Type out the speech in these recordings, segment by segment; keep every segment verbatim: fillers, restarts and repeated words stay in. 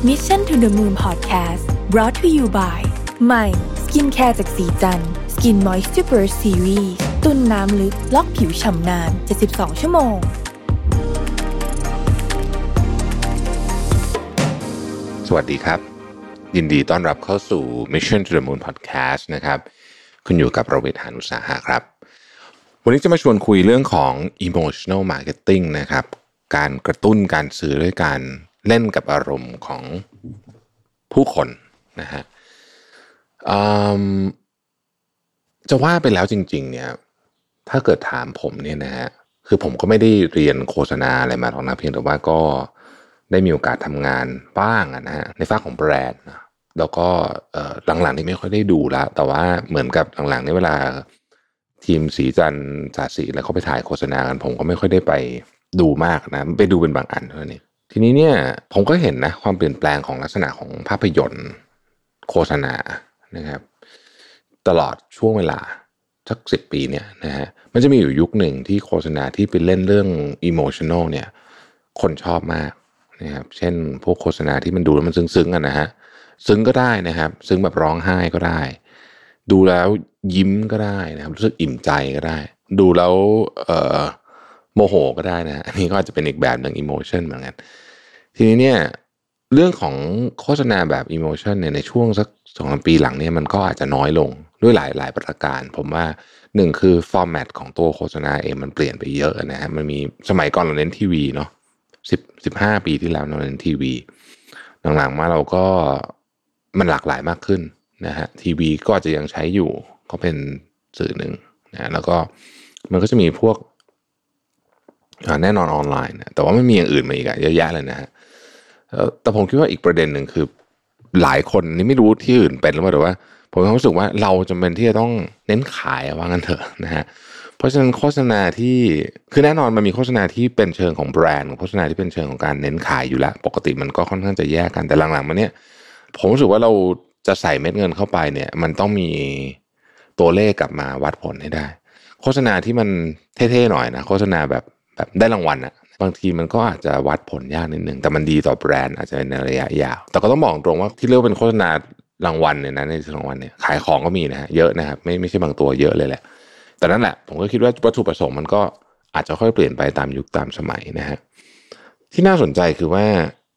Mission to the Moon Podcast brought to you by ใหม่สกินแคร์จากสีจันทร์ Skin Moisture Burst Series ตุ้นน้ำลึกล็อกผิวฉ่ำนานเจ็ดสิบสองชั่วโมงสวัสดีครับยินดีต้อนรับเข้าสู่ Mission to the Moon Podcast นะครับคุณอยู่กับโรเบิร์ต หาญอุตสาหะครับวันนี้จะมาชวนคุยเรื่องของ emotional marketing นะครับการกระตุ้นการซื้อด้วยการเล่นกับอารมณ์ของผู้คนนะฮะจะว่าไปแล้วจริงๆเนี่ยถ้าเกิดถามผมเนี่ยนะฮะคือผมก็ไม่ได้เรียนโฆษณาอะไรมาหรอกนะเพียงแต่ว่าก็ได้มีโอกาสทำงานบ้างนะฮะในฝั่งของแบรนด์นะแล้วก็หลังๆนี่ไม่ค่อยได้ดูละแต่ว่าเหมือนกับหลังๆนี่เวลาทีมสีจันทร์จ่าสีแล้วเขาไปถ่ายโฆษณากันผมก็ไม่ค่อยได้ไปดูมากนะไปดูเป็นบางอันเท่านี้ทีนี้เนี่ยผมก็เห็นนะความเปลี่ยนแปลงของลักษณะของภาพยนตร์โฆษณานะครับตลอดช่วงเวลาสักสิบปีเนี่ยนะฮะมันจะมีอยู่ยุคหนึ่งที่โฆษณาที่ไปเล่นเรื่อง emotional เนี่ยคนชอบมากนะครับเช่นพวกโฆษณาที่มันดูแล้วมันซึ้งๆอ่ะนะฮะซึ้งก็ได้นะครับซึ้งแบบร้องไห้ก็ได้ดูแล้วยิ้มก็ได้นะครับรู้สึกอิ่มใจก็ได้ดูแล้วเอ่อโมโหก็ได้นะอันนี้ก็อาจจะเป็นอีกแบบหนึ่ง emotion เหมือนกันทีนี้เนี่ยเรื่องของโฆษณาแบบ emotion เนี่ยในช่วงสัก สองถึงสาม ปีหลังเนี่ยมันก็อาจจะน้อยลงด้วยหลายหลายประการผมว่าหนึ่งคือฟอร์แมตของตัวโฆษณาเองมันเปลี่ยนไปเยอะนะฮะมันมีสมัยก่อนเราเน้นทีวีเนาะสิบ สิบห้าปีที่แล้วเราเน้นทีวีหลังๆมาเราก็มันหลากหลายมากขึ้นนะฮะทีวีก็อาจจะยังใช้อยู่ก็เป็นสื่อหนึ่งนะแล้วก็มันก็จะมีพวกแน่นอนออนไลน์นะแต่ว่ามันมีอย่างอื่นมาอีกอะเยอะแยะเลยนะฮะแต่ผมคิดว่าอีกประเด็นหนึ่งคือหลายคนนี่ไม่รู้ที่อื่นเป็นหรือเปล่าแต่ว่าผมรู้สึกว่าเราจำเป็นที่จะต้องเน้นขายว่างั้นเถอะนะฮะเพราะฉะนั้นโฆษณาที่คือแน่นอนมันมีโฆษณาที่เป็นเชิงของแบรนด์โฆษณาที่เป็นเชิงของการเน้นขายอยู่แล้วปกติมันก็ค่อนข้างจะแยกกันแต่หลังๆมาเนี้ยผมรู้สึกว่าเราจะใส่เม็ดเงินเข้าไปเนี่ยมันต้องมีตัวเลขกลับมาวัดผลให้ได้โฆษณาที่มันเท่ๆหน่อยนะโฆษณาแบบแบบได้รางวัลอะบางทีมันก็อาจจะวัดผลยากนิดนึงแต่มันดีต่อแบรนด์อาจจะในระยะยาวแต่ก็ต้องบอกตรงว่าที่เรียกว่าเป็นโฆษณารางวัลเนี่ยนะในรางวัลเนี่ยขายของก็มีนะฮะเยอะนะครับไม่ไม่ใช่บางตัวเยอะเลยแหละแต่นั่นแหละผมก็คิดว่าวัตถุประสงค์มันก็อาจจะค่อยเปลี่ยนไปตามยุคตามสมัยนะฮะที่น่าสนใจคือว่า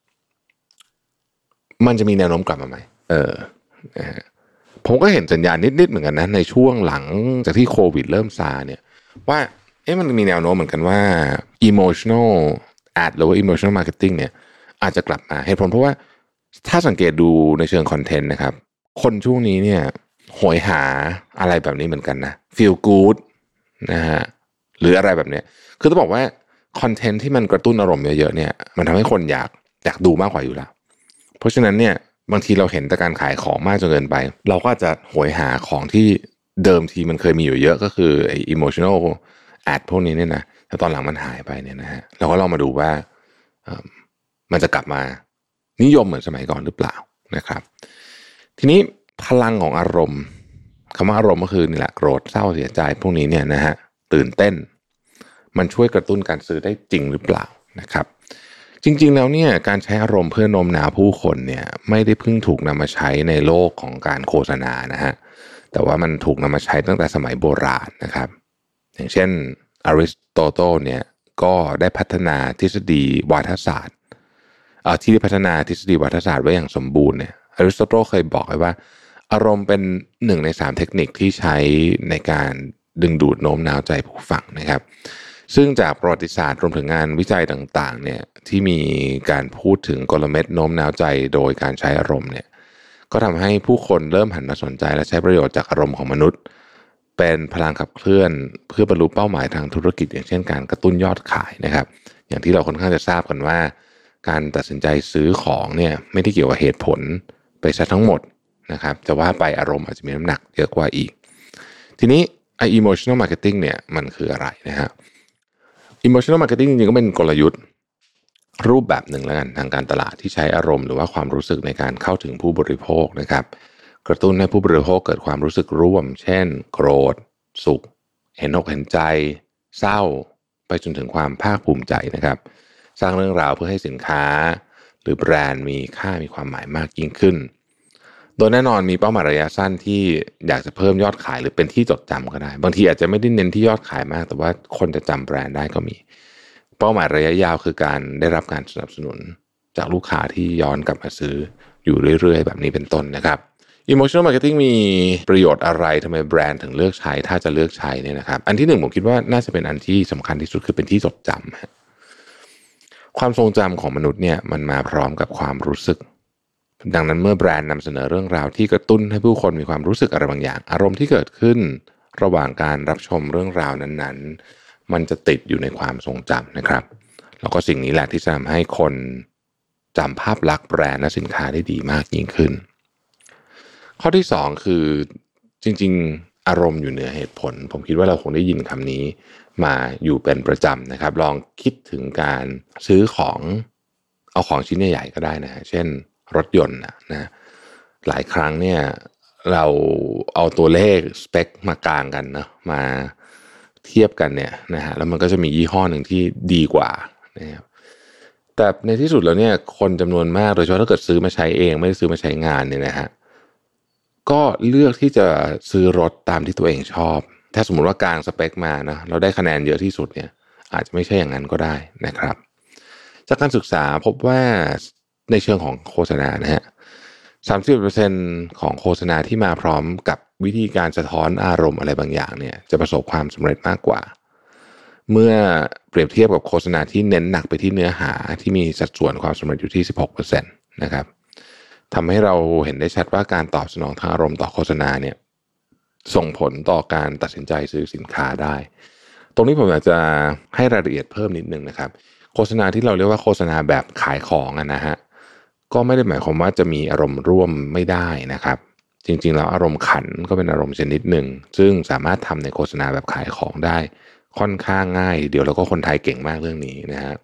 มันจะมีแนวโน้มกลับมาไหมเออนะฮะผมก็เห็นสัญญาณนิดๆเหมือนกันนะในช่วงหลังจากที่โควิดเริ่มซาเนี่ยว่าเอ๊ะมันมีแนวโน้มเหมือนกันว่า emotional ad หรือว่า emotional marketing เนี่ยอาจจะกลับมาเหตุผลเพราะว่าถ้าสังเกตดูในเชิงคอนเทนต์นะครับคนช่วงนี้เนี่ยโหยหาอะไรแบบนี้เหมือนกันนะ feel good นะฮะหรืออะไรแบบนี้คือต้องบอกว่าคอนเทนต์ที่มันกระตุ้นอารมณ์เยอะๆเนี่ยมันทำให้คนอยากอยากดูมากกว่าอยู่แล้วเพราะฉะนั้นเนี่ยบางทีเราเห็นแต่การขายของมากจนเกินไปเราก็จะโหยหาของที่เดิมทีมันเคยมีอยู่เยอะก็คือไอ้ emotional ad พวกนี้เนี่ยนะแต่ตอนหลังมันหายไปเนี่ยนะฮะเราก็ลองมาดูว่ามันจะกลับมานิยมเหมือนสมัยก่อนหรือเปล่านะครับทีนี้พลังของอารมณ์คำว่าอารมณ์ก็คือนี่แหละโกรธเศร้าเสียใจพวกนี้เนี่ยนะฮะตื่นเต้นมันช่วยกระตุ้นการซื้อได้จริงหรือเปล่านะครับจริงๆแล้วเนี่ยการใช้อารมณ์เพื่อโน้มน้าวผู้คนเนี่ยไม่ได้เพิ่งถูกนำมาใช้ในโลกของการโฆษณานะฮะแต่ว่ามันถูกนำมาใช้ตั้งแต่สมัยโบราณนะครับอย่างเช่นอริสโตเติลเนี่ยก็ได้พัฒนาทฤษฎีวาทศาสตร์ที่ได้พัฒนาทฤษฎีวาทศาสตร์ไว้อย่างสมบูรณ์เนี่ยอริสโตเติลเคยบอกไว้ว่าอารมณ์เป็นหนึ่งในสามเทคนิคที่ใช้ในการดึงดูดโน้มน้าวใจผู้ฟังนะครับซึ่งจากประวัติศาสตร์รวมถึงงานวิจัยต่างๆเนี่ยที่มีการพูดถึงกลเม็ดโน้มน้าวใจโดยการใช้อารมณ์เนี่ยก็ทำให้ผู้คนเริ่มหันมาสนใจและใช้ประโยชน์จากอารมณ์ของมนุษย์เป็นพลังขับเคลื่อนเพื่อบรรลุเป้าหมายทางธุรกิจอย่างเช่นการกระตุ้นยอดขายนะครับอย่างที่เราค่อนข้างจะทราบกันว่าการตัดสินใจซื้อของเนี่ยไม่ได้เกี่ยวกับเหตุผลไปซะทั้งหมดนะครับจะว่าไปอารมณ์อาจจะมีน้ำหนักเยอะกว่าอีกทีนี้ไอ้ emotional marketing เนี่ยมันคืออะไรนะฮะ emotional marketing จริงๆก็เป็นกลยุทธ์รูปแบบหนึ่งแล้วกันทางการตลาดที่ใช้อารมณ์หรือว่าความรู้สึกในการเข้าถึงผู้บริโภคนะครับกระตุ้นให้ผู้บริโภคเกิดความรู้สึกร่วมเช่นโกรธสุขเห็นอกเห็นใจเศร้าไปจนถึงความภาคภูมิใจนะครับสร้างเรื่องราวเพื่อให้สินค้าหรือแบรนด์มีค่ามีความหมายมากยิ่งขึ้นโดยแน่นอนมีเป้าหมายระยะสั้นที่อยากจะเพิ่มยอดขายหรือเป็นที่จดจำก็ได้บางทีอาจจะไม่ได้เน้นที่ยอดขายมากแต่ว่าคนจะจำแบรนด์ได้ก็มีเป้าหมายระยะยาวคือการได้รับการสนับสนุนจากลูกค้าที่ย้อนกลับมาซื้ออยู่เรื่อยๆแบบนี้เป็นต้นนะครับ Emotional Marketing มีประโยชน์อะไรทำไมแบรนด์ถึงเลือกใช้ถ้าจะเลือกใช้เนี่ยนะครับอันที่หนึ่งผมคิดว่าน่าจะเป็นอันที่สำคัญที่สุดคือเป็นที่จดจำความทรงจำของมนุษย์เนี่ยมันมาพร้อมกับความรู้สึกดังนั้นเมื่อแบรนด์นำเสนอเรื่องราวที่กระตุ้นให้ผู้คนมีความรู้สึกอะไรบางอย่างอารมณ์ที่เกิดขึ้นระหว่างการรับชมเรื่องราวนั้นๆมันจะติดอยู่ในความทรงจำนะครับแล้วก็สิ่งนี้แหละที่จะทำให้คนจำภาพลักษณ์แบรนด์และสินค้าได้ดีมากยิ่งขึ้นข้อที่สองคือจริงๆอารมณ์อยู่เหนือเหตุผลผมคิดว่าเราคงได้ยินคำนี้มาอยู่เป็นประจำนะครับลองคิดถึงการซื้อของเอาของชิ้นใหญ่ๆก็ได้นะฮะเช่นรถยนต์นะนะหลายครั้งเนี่ยเราเอาตัวเลขสเปคมากลางกันนะมาเทียบกันเนี่ยนะฮะแล้วมันก็จะมียี่ห้อหนึ่งที่ดีกว่านะครับแต่ในที่สุดแล้วเนี่ยคนจำนวนมากโดยเฉพาะถ้าเกิดซื้อมาใช้เองไม่ได้ซื้อมาใช้งานเนี่ยนะฮะก็เลือกที่จะซื้อรถตามที่ตัวเองชอบถ้าสมมุติว่ากลางสเปคมานะเราได้คะแนนเยอะที่สุดเนี่ยอาจจะไม่ใช่อย่างนั้นก็ได้นะครับจากการศึกษาพบว่าในเชิงของโฆษณานะฮะ สามสิบเปอร์เซ็นต์ ของโฆษณาที่มาพร้อมกับวิธีการสะท้อนอารมณ์อะไรบางอย่างเนี่ยจะประสบความสำเร็จมากกว่าเมื่อเปรียบเทียบกับโฆษณาที่เน้นหนักไปที่เนื้อหาที่มีสัดส่วนความสำเร็จอยู่ที่ สิบหกเปอร์เซ็นต์ นะครับทำให้เราเห็นได้ชัดว่าการตอบสนองทางอารมณ์ต่อโฆษณาเนี่ยส่งผลต่อการตัดสินใจซื้อสินค้าได้ตรงนี้ผมอยากจะให้รายละเอียดเพิ่มนิดนึงนะครับโฆษณาที่เราเรียกว่าโฆษณาแบบขายของนะฮะก็ไม่ได้หมายความว่าจะมีอารมณ์ร่วมไม่ได้นะครับจริงๆแล้วอารมณ์ขันก็เป็นอารมณ์ชนิดหนึ่งซึ่งสามารถทำในโฆษณาแบบขายของได้ค่อนข้างง่ายเดี๋ยวแล้วก็คนไทยเก่งมากเรื่องนี้นะฮะ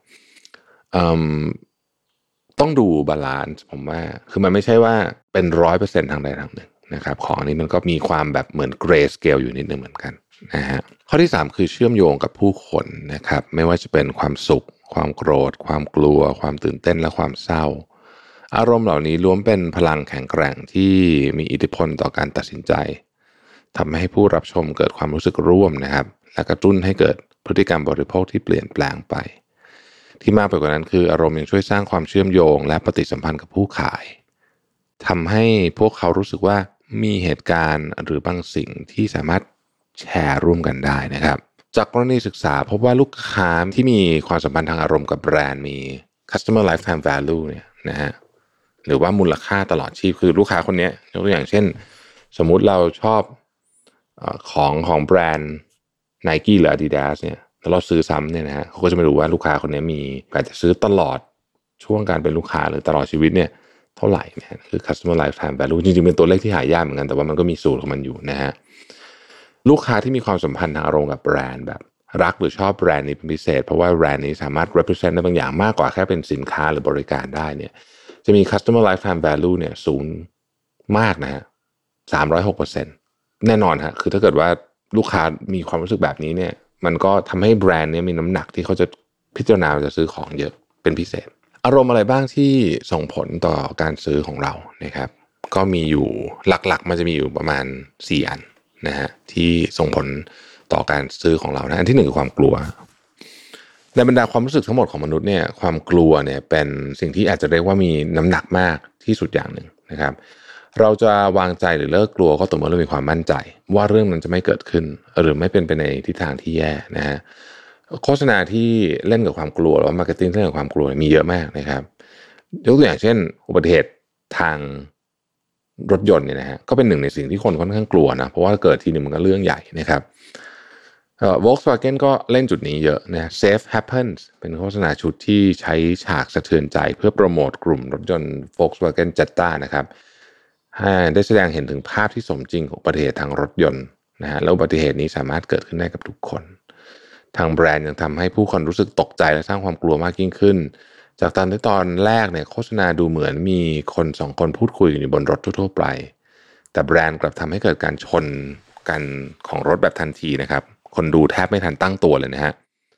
ต้องดูบาลานซ์ผมว่าคือมันไม่ใช่ว่าเป็นร้อยเปอร์เซ็นต์ทางใดทางหนึ่งนะครับของนี้มันก็มีความแบบเหมือนเกรย์สเกลอยู่นิดนึงเหมือนกันนะฮะข้อที่สามคือเชื่อมโยงกับผู้คนนะครับไม่ว่าจะเป็นความสุขความโกรธความกลัวความตื่นเต้นและความเศร้าอารมณ์เหล่านี้ล้วนเป็นพลังแข็งแกร่งที่มีอิทธิพลต่อการตัดสินใจทำให้ผู้รับชมเกิดความรู้สึกร่วมนะครับและกระตุ้นให้เกิดพฤติกรรมบริโภคที่เปลี่ยนแปลงไปที่มากไปกว่านั้นคืออารมณ์ยังช่วยสร้างความเชื่อมโยงและปฏิสัมพันธ์กับผู้ขายทำให้พวกเขารู้สึกว่ามีเหตุการณ์หรือบางสิ่งที่สามารถแชร์ร่วมกันได้นะครับจากกรณีศึกษาพบว่าลูกค้าที่มีความสัมพันธ์ทางอารมณ์กับแบรนด์มี customer lifetime value เนี่ยนะฮะหรือว่ามูลค่าตลอดชีพคือลูกค้าคนนี้ยกตัวอย่างเช่นสมมุติเราชอบเอ่อของของแบรนด์ Nike หรือ Adidas เนี่ยแล้วเราซื้อซ้ำเนี่ยนะฮะเขาก็จะไม่รู้ว่าลูกค้าคนนี้มีการจะซื้อตลอดช่วงการเป็นลูกค้าหรือตลอดชีวิตเนี่ยเท่าไหร่เนี่ยคือ customer lifetime value จริงๆเป็นตัวเลขที่หายากเหมือนกันแต่ว่ามันก็มีสูตรของมันอยู่นะฮะลูกค้าที่มีความสัมพันธ์ทางอารมณ์กับแบรนด์แบบรักหรือชอบแบรนด์นี้เป็นพิเศษเพราะว่าแบรนด์นี้สามารถ represent ได้บางอย่างมากกว่าแค่เป็นสินค้าหรือบริการได้เนี่ยจะมี customer lifetime value เนี่ยสูงมากนะฮะ สามร้อยหกเปอร์เซ็นต์ แน่นอนฮะคือถ้าเกิดว่าลูกค้ามีความรู้สึกแบบนี้เนี่ยมันก็ทำให้แบรนด์นี้มีน้ำหนักที่เขาจะพิจารณาจะซื้อของเยอะเป็นพิเศษอารมณ์อะไรบ้างที่ส่งผลต่อการซื้อของเรานะครับก็มีอยู่หลักๆมันจะมีอยู่ประมาณสี่อันนะฮะที่ส่งผลต่อการซื้อของเรานะอันที่หนึ่งคือความกลัวในบรรดาความรู้สึกทั้งหมดของมนุษย์เนี่ยความกลัวเนี่ยเป็นสิ่งที่อาจจะเรียกว่ามีน้ำหนักมากที่สุดอย่างหนึ่งนะครับเราจะวางใจหรือเลิกกลัวก็ต่อเมื่อเรามีความมั่นใจว่าเรื่องนั้นจะไม่เกิดขึ้นหรือไม่เป็นไปในทิศทางที่แย่นะฮะโฆษณาที่เล่นกับความกลัวหรือว่ามาร์เก็ตติ้งเล่นกับความกลัวมีเยอะมากนะครับยกตัวอย่างเช่นอุบัติเหตุทางรถยนต์เนี่ยนะฮะก็เป็นหนึ่งในสิ่งที่คนค่อนข้างกลัวนะเพราะว่าเกิดทีนึงมันก็เรื่องใหญ่นะครับเอ่อ Volkswagen ก็เล่นจุดนี้เยอะนะ Safe Happens เป็นโฆษณาชุดที่ใช้ฉากสะเทือนใจเพื่อโปรโมทกลุ่มรถยนต์ Volkswagen Jetta นะครับให้ได้แสดงเห็นถึงภาพที่สมจริงของอุบัติเหตุทางรถยนต์นะฮะแล้วอุบัติเหตุนี้สามารถเกิดขึ้นได้กับทุกคนทางแบรนด์ยังทำให้ผู้คนรู้สึกตกใจและสร้างความกลัวมากยิ่งขึ้นจากตอนที่ตอนแรกเนี่ยโฆษณาดูเหมือนมีคนสองคนพูดคุยกันอยู่บนรถทั่วๆไปแต่แบรนด์กลับทำให้เกิดการชนกันของรถแบบทันทีนะครับคนดูแทบไม่ทันตั้งตัวเลยนะฮะ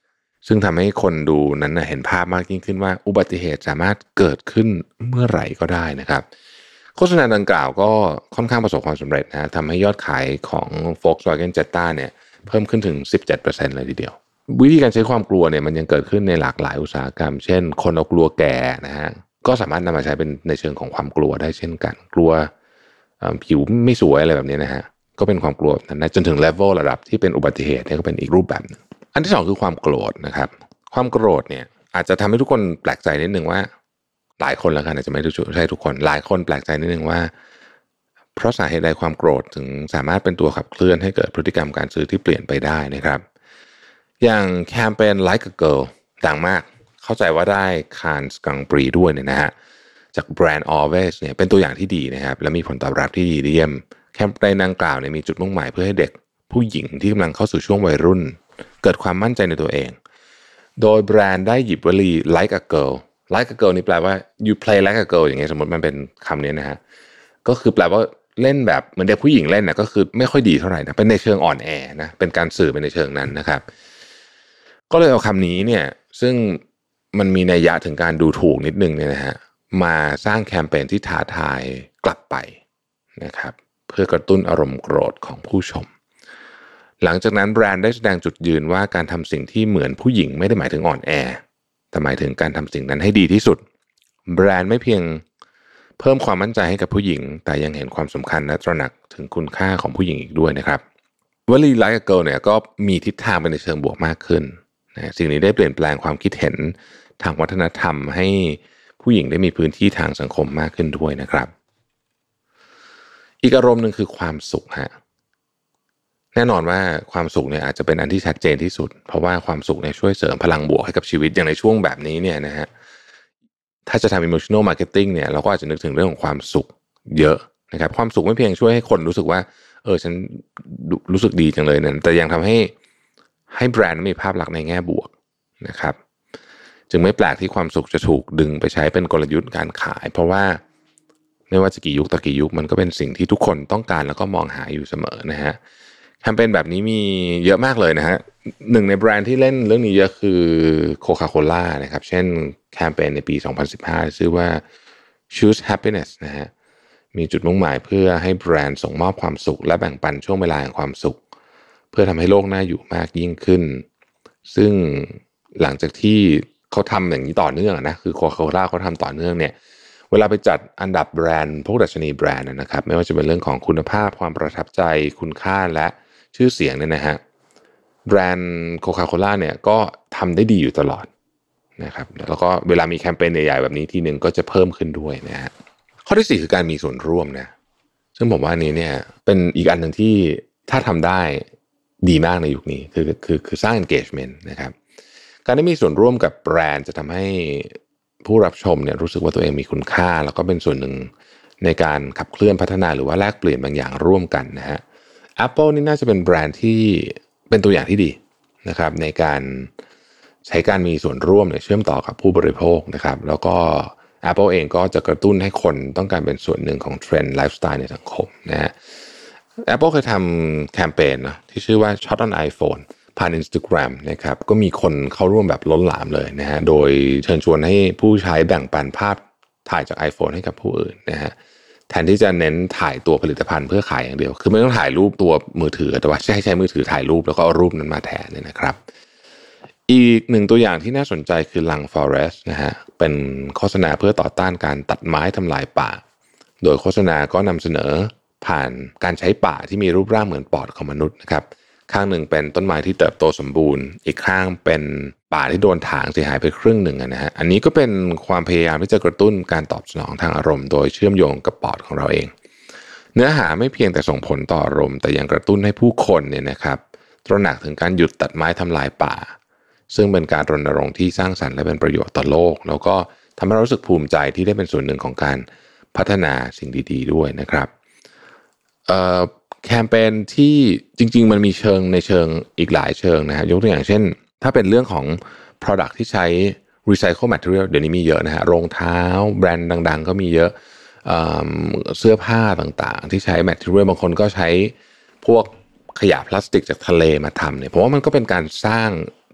ซึ่งทำให้คนดูนั้นนะเห็นภาพมากยิ่งขึ้นว่าอุบัติเหตุสามารถเกิดขึ้นเมื่อไหร่ก็ได้นะครับโฆษณาดังกล่าวก็ค่อนข้างประสบความสำเร็จนะทำให้ยอดขายของ Volkswagen Jetta เนี่ยเพิ่มขึ้นถึง สิบเจ็ดเปอร์เซ็นต์ เลยทีเดียววิธีการใช้ความกลัวเนี่ยมันยังเกิดขึ้นในหลากหลายอุตสาหกรรมเช่นคนเอากลัวแก่นะฮะก็สามารถนำมาใช้เป็นในเชิงของความกลัวได้เช่นกันกลัวผิวไม่สวยอะไรแบบนี้นะฮะก็เป็นความกลัวนั้นจนถึงเลเวลระดับที่เป็นอุบัติเหตุเนี่ยก็เป็นอีกรูปแบบนึงอันที่สองคือความโกรธนะครับความโกรธเนี่ยอาจจะทำให้ทุกคนแปลกใจนิดนึงว่าหลายคนแล้วกันอาจจะไม่ใช่ทุกคนหลายคนแปลกใจนิดนึงว่าเพราะสาเหตุใดความโกรธถึงสามารถเป็นตัวขับเคลื่อนให้เกิดพฤติกรรมการซื้อที่เปลี่ยนไปได้นะครับอย่างแคมเปญ Like a Girl ดังมากเข้าใจว่าได้คานส์กรังปรีด้วยเนี่ยนะฮะจากแบรนด์ Always เนี่ยเป็นตัวอย่างที่ดีนะครับและมีผลตอบรับที่ดีเยี่ยมแคมเปญดังกล่าวเนี่ยมีจุดมุ่งหมายเพื่อให้เด็กผู้หญิงที่กำลังเข้าสู่ช่วงวัยรุ่นเกิดความมั่นใจในตัวเองโดยแบรนด์ได้หยิบวลี Like a Girl Like a Girl นี่แปลว่า you play like a girl อย่างเงี้ยสมมติมันเป็นคำนี้นะฮะก็คือแปลว่าเล่นแบบเหมือนเด็กผู้หญิงเล่นนะก็คือไม่ค่อยดีเท่าไหร่นะเป็นในเชิงอ่อนแอนะเป็นการสื่อเป็นในเชิงนั้นนะครับก็เลยเอาคำนี้เนี่ยซึ่งมันมีนัยยะถึงการดูถูกนิดนึงเนี่ยนะฮะมาสร้างแคมเปญที่ท้าทายกลับไปนะครับเพื่อกระตุ้นอารมณ์โกรธของผู้ชมหลังจากนั้นแบรนด์ได้แสดงจุดยืนว่าการทำสิ่งที่เหมือนผู้หญิงไม่ได้หมายถึงอ่อนแอแต่หมายถึงการทำสิ่งนั้นให้ดีที่สุดแบรนด์ไม่เพียงเพิ่มความมั่นใจให้กับผู้หญิงแต่ยังเห็นความสำคัญและตระหนักถึงคุณค่าของผู้หญิงอีกด้วยนะครับวลี Like a Girl เนี่ยก็มีทิศทางไปในเชิงบวกมากขึ้นนะสิ่งนี้ได้เปลี่ยนแปลงความคิดเห็นทางวัฒนธรรมให้ผู้หญิงได้มีพื้นที่ทางสังคมมากขึ้นด้วยนะครับอีกอารมณ์หนึ่งคือความสุขฮะแน่นอนว่าความสุขเนี่ยอาจจะเป็นอันที่ชัดเจนที่สุดเพราะว่าความสุขเนี่ยช่วยเสริมพลังบวกให้กับชีวิตอย่างในช่วงแบบนี้เนี่ยนะฮะถ้าจะทำ emotional marketing เนี่ยเราก็อาจจะนึกถึงเรื่องของความสุขเยอะนะครับความสุขไม่เพียงช่วยให้คนรู้สึกว่าเออฉันรู้สึกดีจังเลยเนี่ยแต่ยังทำให้ให้แบรนด์มีภาพลักษณ์ในแง่บวกนะครับจึงไม่แปลกที่ความสุขจะถูกดึงไปใช้เป็นกลยุทธ์การขายเพราะว่าไม่ว่าจะกี่ยุคต่อกี่ยุคมันก็เป็นสิ่งที่ทุกคนต้องการแล้วก็มองหาอยู่เสมอนะฮะแคมเปญแบบนี้มีเยอะมากเลยนะฮะหนึ่งในแบรนด์ที่เล่นเรื่องนี้เยอะคือโคคาโคล่านะครับเช่นแคมเปญในปีสองพันสิบห้าชื่อว่า Choose Happiness นะฮะมีจุดมุ่งหมายเพื่อให้แบรนด์ส่งมอบความสุขและแบ่งปันช่วงเวลาแห่งความสุขเพื่อทำให้โลกน่าอยู่มากยิ่งขึ้นซึ่งหลังจากที่เขาทำอย่างนี้ต่อเนื่องนะคือโคคาโคล่าเขาทำต่อเนื่องเนี่ยเวลาไปจัดอันดับแบรนด์พวกดัชนีแบรนด์นะครับไม่ว่าจะเป็นเรื่องของคุณภาพความประทับใจคุณค่าและชื่อเสียงเนี่ยนะฮะแบรนด์โคคาโคล่าเนี่ยก็ทำได้ดีอยู่ตลอดนะครับแล้วก็เวลามีแคมเปญใหญ่ๆแบบนี้ทีนึงก็จะเพิ่มขึ้นด้วยนะฮะข้อที่สี่คือการมีส่วนร่วมนะซึ่งผมว่านี้เนี่ยเป็นอีกอันหนึ่งที่ถ้าทำได้ดีมากในยุคนี้คือคือคือสร้าง engagement นะครับการได้มีส่วนร่วมกับแบรนด์จะทำให้ผู้รับชมเนี่ยรู้สึกว่าตัวเองมีคุณค่าแล้วก็เป็นส่วนหนึ่งในการขับเคลื่อนพัฒนาหรือว่าแลกเปลี่ยนบางอย่างร่วมกันนะฮะ Apple นี่น่าจะเป็นแบรนด์ที่เป็นตัวอย่างที่ดีนะครับในการใช้การมีส่วนร่วมเนี่ยเชื่อมต่อกับผู้บริโภคนะครับแล้วก็ Apple เองก็จะกระตุ้นให้คนต้องการเป็นส่วนหนึ่งของเทรนด์ไลฟ์สไตล์ในสังคมนะฮะ Apple เคยทำแคมเปญนะที่ชื่อว่า Shot on iPhone ผ่าน Instagram นะครับก็มีคนเข้าร่วมแบบล้นหลามเลยนะฮะโดยเชิญชวนให้ผู้ใช้แบ่งปันภาพถ่ายจาก iPhone ให้กับผู้อื่นนะฮะแทนที่จะเน้นถ่ายตัวผลิตภัณฑ์เพื่อขายอย่างเดียวคือไม่ต้องถ่ายรูปตัวมือถือแต่ว่าใช้ใช้มือถือถ่ายรูปแล้วก็เอารูปนั้นมาแทนเนี่ยนะครับอีกหนึ่งตัวอย่างที่น่าสนใจคือ Lang Forest นะฮะเป็นโฆษณาเพื่อต่อต้านการตัดไม้ทำลายป่าโดยโฆษณาก็นำเสนอผ่านการใช้ป่าที่มีรูปร่างเหมือนปอดของมนุษย์นะครับข้างหนึ่งเป็นต้นไม้ที่เติบโตสมบูรณ์อีกข้างเป็นป่าที่โดนถางเสียหายไปครึ่งหนึ่งนะฮะอันนี้ก็เป็นความพยายามที่จะกระตุ้นการตอบสนองทางอารมณ์โดยเชื่อมโยงกับปอดของเราเองเนื้อหาไม่เพียงแต่ส่งผลต่ออารมณ์แต่ยังกระตุ้นให้ผู้คนเนี่ยนะครับตระหนักถึงการหยุดตัดไม้ทำลายป่าซึ่งเป็นการรณรงค์ที่สร้างสรรค์และเป็นประโยชน์ต่อโลกแล้วก็ทำให้เรารู้สึกภูมิใจที่ได้เป็นส่วนหนึ่งของการพัฒนาสิ่งดีๆด้วยนะครับเอ่อแคมเปญที่จริงๆมันมีเชิงในเชิงอีกหลายเชิงนะฮะยกตัวอย่างเช่นถ้าเป็นเรื่องของ product ที่ใช้ recycle material เดี๋ยวนี้มีเยอะนะฮะรองเท้าแบรนด์ดังๆก็มีเยอะเอ่อเสื้อผ้าต่างๆที่ใช้ material บางคนก็ใช้พวกขยะพลาสติกจากทะเลมาทำเนี่ยเพราะว่ามันก็เป็นการสร้าง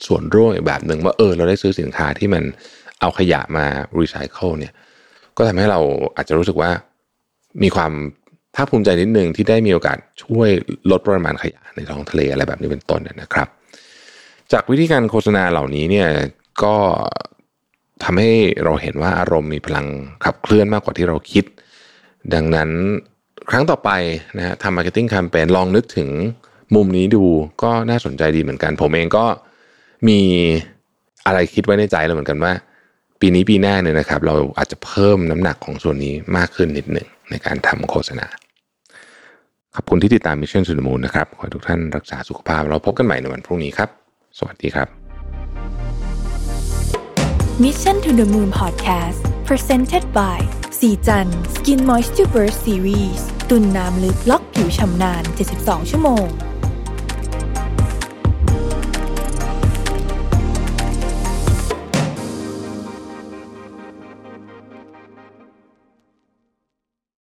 ส่วนร่วมอีกแบบนึงว่าเออเราได้ซื้อสินค้าที่มันเอาขยะมารีไซเคิลเนี่ยก็ทำให้เราอาจจะรู้สึกว่ามีความภาคภูมิใจนิดนึงที่ได้มีโอกาสช่วยลดปริมาณขยะในท้องทะเลอะไรแบบนี้เป็นต้นนะครับจากวิธีการโฆษณาเหล่านี้เนี่ยก็ทำให้เราเห็นว่าอารมณ์มีพลังขับเคลื่อนมากกว่าที่เราคิดดังนั้นครั้งต่อไปนะฮะทำมาร์เก็ตติ้งแคมเปญลองนึกถึงมุมนี้ดูก็น่าสนใจดีเหมือนกันผมเองก็มีอะไรคิดไว้ในใจแล้วเหมือนกันว่าปีนี้ปีหน้าเนี่ยนะครับเราอาจจะเพิ่มน้ำหนักของส่วนนี้มากขึ้นนิดหนึ่งในการทำโฆษณาขอบคุณที่ติดตาม Mission to the Moon นะครับขอให้ทุกท่านรักษาสุขภาพเราพบกันใหม่ในวันพรุ่งนี้ครับสวัสดีครับ Mission to the Moon Podcast Presented by สีจัน Skin Moisture Burst Series ตุ่นน้ำลึกล็อกผิวชำนานเจ็ดสิบสองชั่วโมง